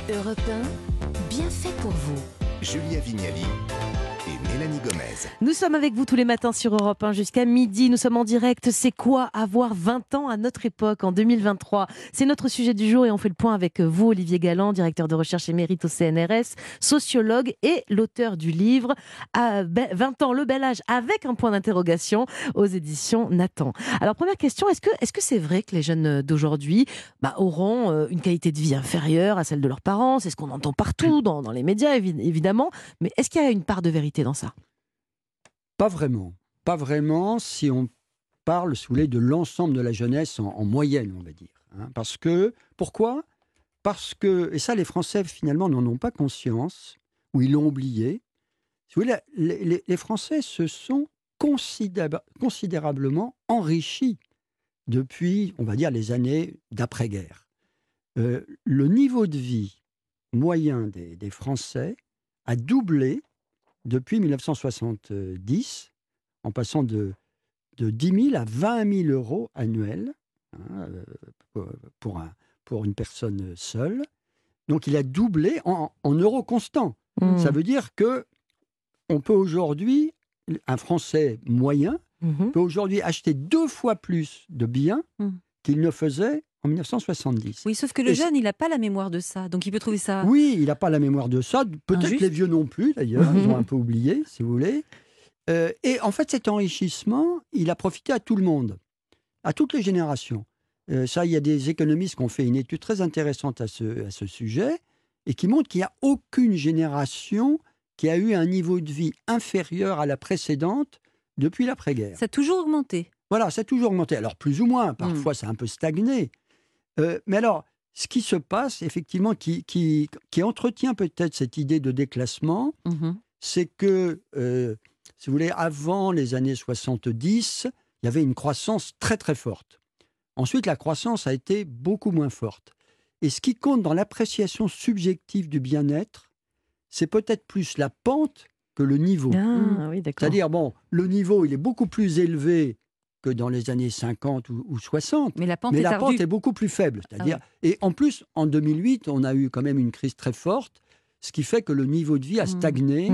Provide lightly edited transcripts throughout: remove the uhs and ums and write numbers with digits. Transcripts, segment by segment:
Europe 1, bien fait pour vous. Julia Vignali et Mélanie Gomez. Nous sommes avec vous tous les matins sur Europe 1 jusqu'à midi. Nous sommes en direct. C'est quoi avoir 20 ans à notre époque en 2023 ? C'est notre sujet du jour et on fait le point avec vous, Olivier Galland, directeur de recherche émérite au CNRS, sociologue et l'auteur du livre à 20 ans, le bel âge, avec un point d'interrogation aux éditions Nathan. Alors première question, est-ce que c'est vrai que les jeunes d'aujourd'hui auront une qualité de vie inférieure à celle de leurs parents ? C'est ce qu'on entend partout dans les médias évidemment, mais est-ce qu'il y a une part de vérité dans ça ? Pas vraiment. Pas vraiment si on parle, si vous voulez, de l'ensemble de la jeunesse en moyenne, on va dire. Pourquoi ? Parce que, et ça les Français finalement n'en ont pas conscience, ou ils l'ont oublié, si vous voulez, les Français se sont considérablement enrichis depuis, on va dire, les années d'après-guerre. Le niveau de vie moyen des Français a doublé depuis 1970, en passant de 10 000 à 20 000 euros annuels pour une personne seule. Donc il a doublé en euros constants. Ça veut dire que on peut aujourd'hui, un Français moyen peut aujourd'hui acheter 2 fois plus de biens qu'il ne faisait en 1970. Oui, sauf que le jeune, il n'a pas la mémoire de ça. Donc il peut trouver ça... Oui, il n'a pas la mémoire de ça. Peut-être injuste. les vieux non plus, d'ailleurs. Ils ont un peu oublié, si vous voulez. Et en fait, cet enrichissement, il a profité à tout le monde, à toutes les générations. Ça, il y a des économistes qui ont fait une étude très intéressante à ce sujet et qui montre qu'il n'y a aucune génération qui a eu un niveau de vie inférieur à la précédente depuis l'après-guerre. Ça a toujours augmenté. Voilà, ça a toujours augmenté. Alors, plus ou moins. Parfois, ça a un peu stagné. Mais alors, ce qui se passe, effectivement, qui entretient peut-être cette idée de déclassement, c'est que, si vous voulez, avant les années 70, il y avait une croissance très, très forte. Ensuite, la croissance a été beaucoup moins forte. Et ce qui compte dans l'appréciation subjective du bien-être, c'est peut-être plus la pente que le niveau. Ah, oui, d'accord. C'est-à-dire, le niveau, il est beaucoup plus élevé que dans les années 50 ou 60, mais la pente est beaucoup plus faible. C'est-à-dire, Et en plus, en 2008, on a eu quand même une crise très forte, ce qui fait que le niveau de vie a stagné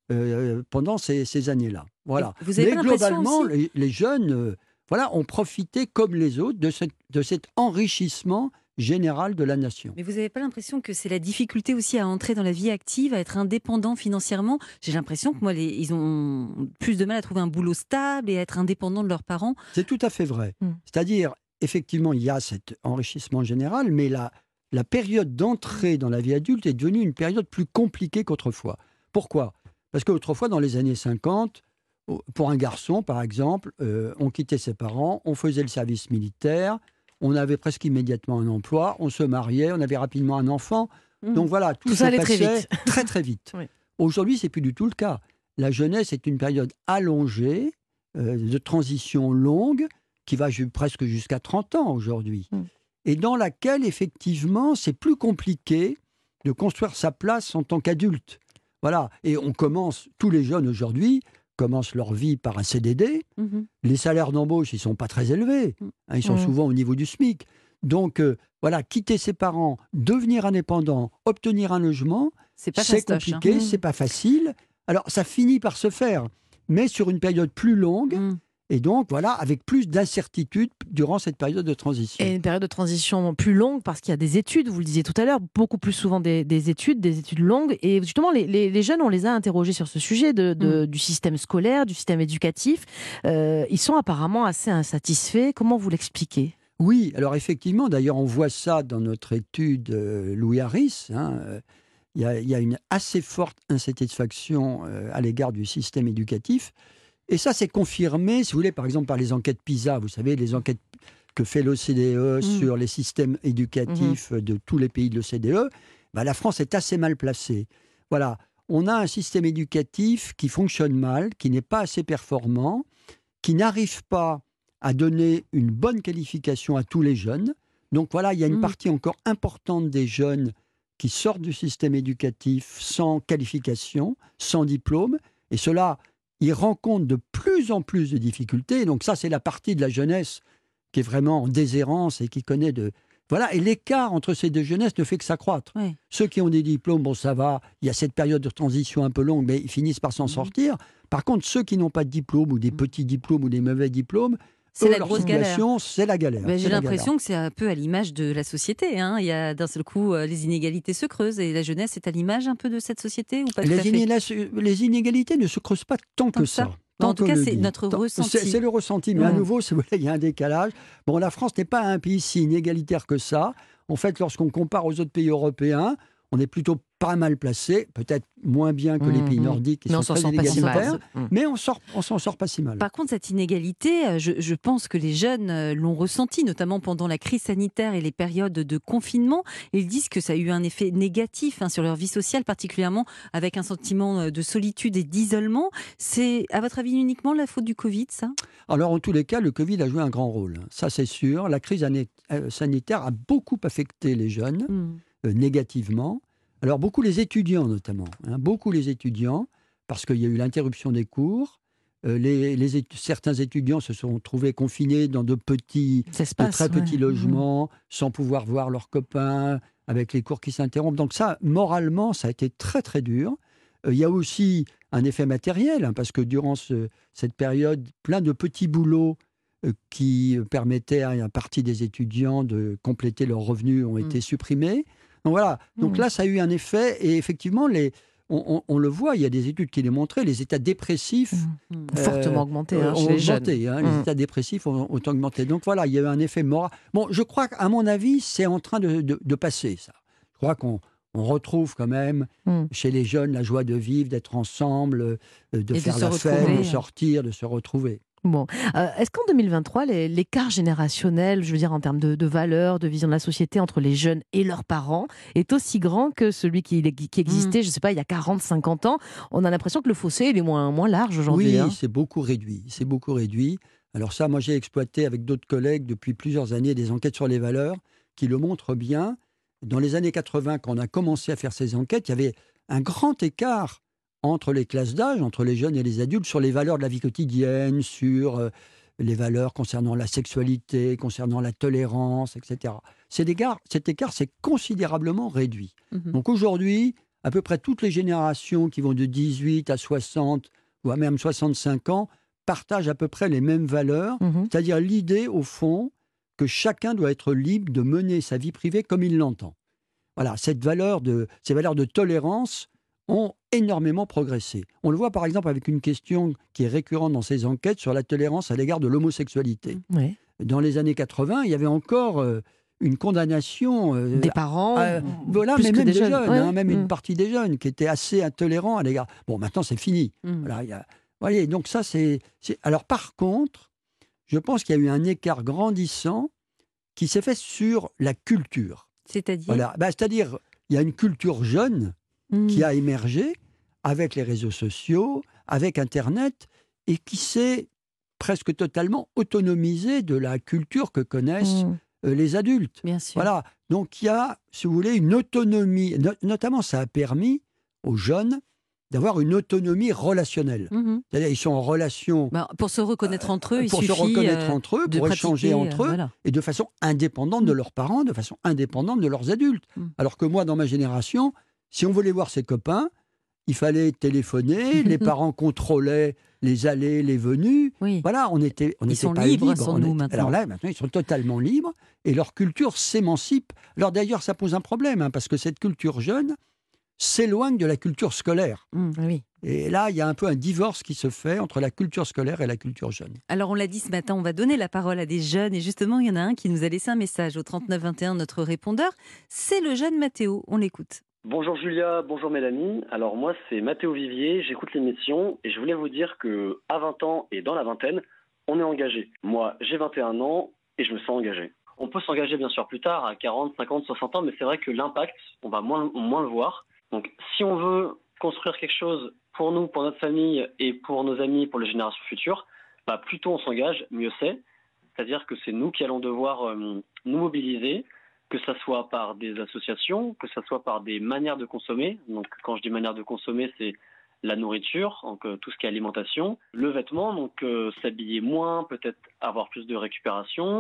pendant ces années-là. Voilà. Mais globalement, les jeunes ont profité, comme les autres, de cet enrichissement général de la nation. Mais vous n'avez pas l'impression que c'est la difficulté aussi à entrer dans la vie active, à être indépendant financièrement ? J'ai l'impression que ils ont plus de mal à trouver un boulot stable et à être indépendants de leurs parents. C'est tout à fait vrai. C'est-à-dire, effectivement, il y a cet enrichissement général, mais la période d'entrée dans la vie adulte est devenue une période plus compliquée qu'autrefois. Pourquoi ? Parce qu'autrefois, dans les années 50, pour un garçon, par exemple, on quittait ses parents, on faisait le service militaire, on avait presque immédiatement un emploi, on se mariait, on avait rapidement un enfant. Donc voilà, tout ça passait très très vite. Oui. Aujourd'hui, c'est plus du tout le cas. La jeunesse est une période allongée, de transition longue, qui va presque jusqu'à 30 ans aujourd'hui. Et dans laquelle, effectivement, c'est plus compliqué de construire sa place en tant qu'adulte. Voilà. Et tous les jeunes aujourd'hui commencent leur vie par un CDD. Les salaires d'embauche, ils ne sont pas très élevés. Ils sont souvent au niveau du SMIC. Donc, quitter ses parents, devenir indépendant, obtenir un logement, c'est compliqué, c'est pas facile. Alors, ça finit par se faire, mais sur une période plus longue. Et donc, avec plus d'incertitude durant cette période de transition. Et une période de transition plus longue parce qu'il y a des études, vous le disiez tout à l'heure, beaucoup plus souvent des études longues. Et justement, les jeunes, on les a interrogés sur ce sujet du système scolaire, du système éducatif. Ils sont apparemment assez insatisfaits. Comment vous l'expliquez ? Oui, alors effectivement, d'ailleurs, on voit ça dans notre étude Louis Harris. Il y a une assez forte insatisfaction à l'égard du système éducatif. Et ça, c'est confirmé, si vous voulez, par exemple, par les enquêtes PISA. Vous savez, les enquêtes que fait l'OCDE sur les systèmes éducatifs de tous les pays de l'OCDE. La France est assez mal placée. Voilà, on a un système éducatif qui fonctionne mal, qui n'est pas assez performant, qui n'arrive pas à donner une bonne qualification à tous les jeunes. Donc voilà, il y a une partie encore importante des jeunes qui sortent du système éducatif sans qualification, sans diplôme. Et cela... ils rencontrent de plus en plus de difficultés. Donc ça, c'est la partie de la jeunesse qui est vraiment en déshérence et qui connaît Voilà, et l'écart entre ces deux jeunesses ne fait que s'accroître. Ouais. Ceux qui ont des diplômes, bon, ça va, il y a cette période de transition un peu longue, mais ils finissent par s'en sortir. Par contre, ceux qui n'ont pas de diplôme, ou des petits diplômes, ou des mauvais diplômes, C'est eux, la leur grosse galère. situation, c'est la galère. Ben, c'est j'ai la l'impression que c'est un peu à l'image de la société. Hein. Il y a d'un seul coup, les inégalités se creusent et la jeunesse est à l'image un peu de cette société ou pas tout à fait Les inégalités ne se creusent pas tant que ça. En tout cas, qu'on le c'est dit. notre ressenti. C'est le ressenti, mais à nouveau, il y a un décalage. Bon, la France n'est pas un pays si inégalitaire que ça. En fait, lorsqu'on compare aux autres pays européens, on est plutôt pas mal placé, peut-être moins bien que les pays nordiques qui Mais on sont s'en très sort pas si mal. inégalitaires, mais on s'en sort pas si mal. Par contre, cette inégalité, je pense que les jeunes l'ont ressenti, notamment pendant la crise sanitaire et les périodes de confinement. Ils disent que ça a eu un effet négatif sur leur vie sociale, particulièrement avec un sentiment de solitude et d'isolement. C'est, à votre avis, uniquement la faute du Covid, ça ? Alors, en tous les cas, le Covid a joué un grand rôle. Ça, c'est sûr. La crise sanitaire a beaucoup affecté les jeunes, négativement. Alors, beaucoup les étudiants, notamment. Beaucoup les étudiants, parce qu'il y a eu l'interruption des cours. Certains étudiants se sont trouvés confinés dans de très petits logements, sans pouvoir voir leurs copains, avec les cours qui s'interrompent. Donc ça, moralement, ça a été très, très dur. Il y a aussi un effet matériel, parce que durant cette période, plein de petits boulots qui permettaient à une partie des étudiants de compléter leurs revenus ont été supprimés. Donc voilà. Donc là, ça a eu un effet. Et effectivement, on le voit, il y a des études qui démontraient, les états dépressifs fortement augmenté ont chez les jeunes. Les états dépressifs ont augmenté. Donc voilà, il y a eu un effet moral. Bon, je crois qu'à mon avis, c'est en train de passer, ça. Je crois qu'on retrouve quand même chez les jeunes la joie de vivre, d'être ensemble, de faire la fête, de sortir, de se retrouver. Bon. Est-ce qu'en 2023, l'écart générationnel, je veux dire en termes de valeurs, de vision de la société entre les jeunes et leurs parents, est aussi grand que celui qui existait, je ne sais pas, il y a 40, 50 ans? On a l'impression que le fossé il est moins large aujourd'hui. Oui, c'est beaucoup réduit. C'est beaucoup réduit. Alors ça, moi j'ai exploité avec d'autres collègues depuis plusieurs années des enquêtes sur les valeurs qui le montrent bien. Dans les années 80, quand on a commencé à faire ces enquêtes, il y avait un grand écart entre les classes d'âge, entre les jeunes et les adultes, sur les valeurs de la vie quotidienne, sur les valeurs concernant la sexualité, concernant la tolérance, etc. Cet écart s'est considérablement réduit. Donc aujourd'hui, à peu près toutes les générations qui vont de 18 à 60, voire même 65 ans, partagent à peu près les mêmes valeurs, c'est-à-dire l'idée, au fond, que chacun doit être libre de mener sa vie privée comme il l'entend. Voilà, ces valeurs de tolérance ont énormément progressé. On le voit par exemple avec une question qui est récurrente dans ces enquêtes sur la tolérance à l'égard de l'homosexualité. Oui. Dans les années 80, il y avait encore une condamnation des parents, voilà, plus mais que même des des jeunes, jeunes, même une partie des jeunes qui étaient assez intolérants à l'égard. Bon, maintenant c'est fini. Voilà, voyez, donc ça c'est. Alors par contre, je pense qu'il y a eu un écart grandissant qui s'est fait sur la culture. C'est-à-dire voilà. C'est-à-dire, il y a une culture jeune qui a émergé avec les réseaux sociaux, avec Internet, et qui s'est presque totalement autonomisée de la culture que connaissent les adultes. Bien sûr. Voilà. Donc il y a, si vous voulez, une autonomie. Notamment, ça a permis aux jeunes d'avoir une autonomie relationnelle. C'est-à-dire, ils sont en relation... pour se reconnaître entre eux, pour échanger entre eux, voilà. et de façon indépendante de leurs parents, de façon indépendante de leurs adultes. Alors que moi, dans ma génération, si on voulait voir ses copains, il fallait téléphoner, les parents contrôlaient les allées, les venues. Oui. Voilà, on était ils sont pas libres, libres. sans nous maintenant. Alors là, maintenant, ils sont totalement libres, et leur culture s'émancipe. Alors d'ailleurs, ça pose un problème, parce que cette culture jeune s'éloigne de la culture scolaire. Oui. Et là, il y a un peu un divorce qui se fait entre la culture scolaire et la culture jeune. Alors, on l'a dit ce matin, on va donner la parole à des jeunes. Et justement, il y en a un qui nous a laissé un message au 3921, notre répondeur. C'est le jeune Mathéo. On l'écoute. Bonjour Julia, bonjour Mélanie. Alors moi, c'est Mathéo Vivier, j'écoute l'émission et je voulais vous dire qu'à 20 ans et dans la vingtaine, on est engagé. Moi, j'ai 21 ans et je me sens engagé. On peut s'engager bien sûr plus tard, à 40, 50, 60 ans, mais c'est vrai que l'impact, on va moins le voir. Donc, si on veut construire quelque chose pour nous, pour notre famille et pour nos amis, pour les générations futures, plus tôt on s'engage, mieux c'est. C'est-à-dire que c'est nous qui allons devoir nous mobiliser, que ce soit par des associations, que ce soit par des manières de consommer. Donc, quand je dis manière de consommer, c'est la nourriture, donc tout ce qui est alimentation, le vêtement, donc s'habiller moins, peut-être avoir plus de récupération,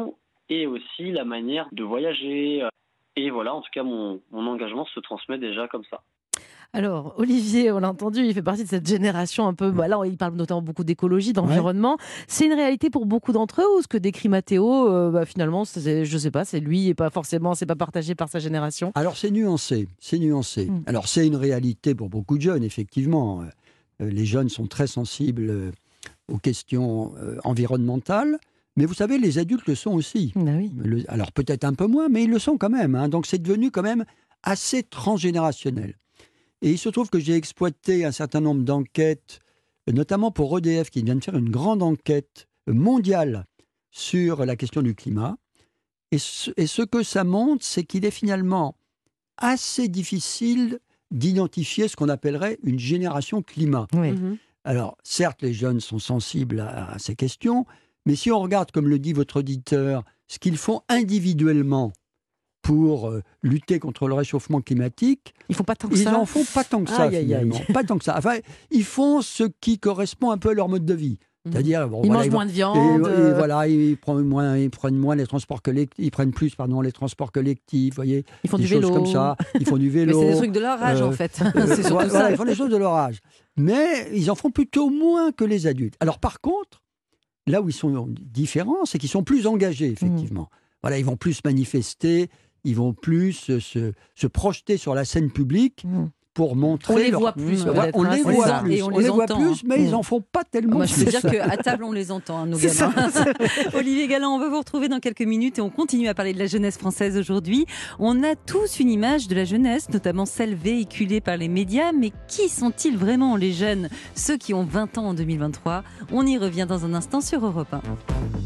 et aussi la manière de voyager. Et voilà, en tout cas, mon engagement se transmet déjà comme ça. Alors, Olivier, on l'a entendu, il fait partie de cette génération un peu. Là, il parle notamment beaucoup d'écologie, d'environnement. Ouais. C'est une réalité pour beaucoup d'entre eux ou ce que décrit Mathéo, finalement, je sais pas, c'est lui et pas forcément, c'est pas partagé par sa génération? Alors, c'est nuancé. Alors, c'est une réalité pour beaucoup de jeunes, effectivement. Les jeunes sont très sensibles aux questions environnementales. Mais vous savez, les adultes le sont aussi. Oui. Alors, peut-être un peu moins, mais ils le sont quand même. Donc, c'est devenu quand même assez transgénérationnel. Et il se trouve que j'ai exploité un certain nombre d'enquêtes, notamment pour EDF, qui vient de faire une grande enquête mondiale sur la question du climat. Et ce que ça montre, c'est qu'il est finalement assez difficile d'identifier ce qu'on appellerait une génération climat. Oui. Alors, certes, les jeunes sont sensibles à ces questions, mais si on regarde, comme le dit votre auditeur, ce qu'ils font individuellement pour lutter contre le réchauffement climatique, ils font pas tant que ça. Ils n'en font pas tant que ça, finalement. Pas tant que ça. Enfin, ils font ce qui correspond un peu à leur mode de vie. C'est-à-dire, ils mangent moins de viande. Et voilà, ils prennent moins les transports collectifs. Ils prennent plus, les transports collectifs. Voyez, ils font du vélo comme ça. Ils font du vélo. Mais c'est des trucs de leur âge, en fait. C'est surtout ça. Ils font des choses de leur âge. Mais ils en font plutôt moins que les adultes. Alors, par contre, là où ils sont différents, c'est qu'ils sont plus engagés, effectivement. Voilà, ils vont plus manifester. Ils vont plus se projeter sur la scène publique pour montrer... On les voit plus. On les voit plus. On les voit plus, mais ils n'en font pas tellement. Je veux dire qu'à table, on les entend, nos gamins. Olivier Galland, on va vous retrouver dans quelques minutes et on continue à parler de la jeunesse française aujourd'hui. On a tous une image de la jeunesse, notamment celle véhiculée par les médias, mais qui sont-ils vraiment, les jeunes, ceux qui ont 20 ans en 2023? On y revient dans un instant sur Europe 1.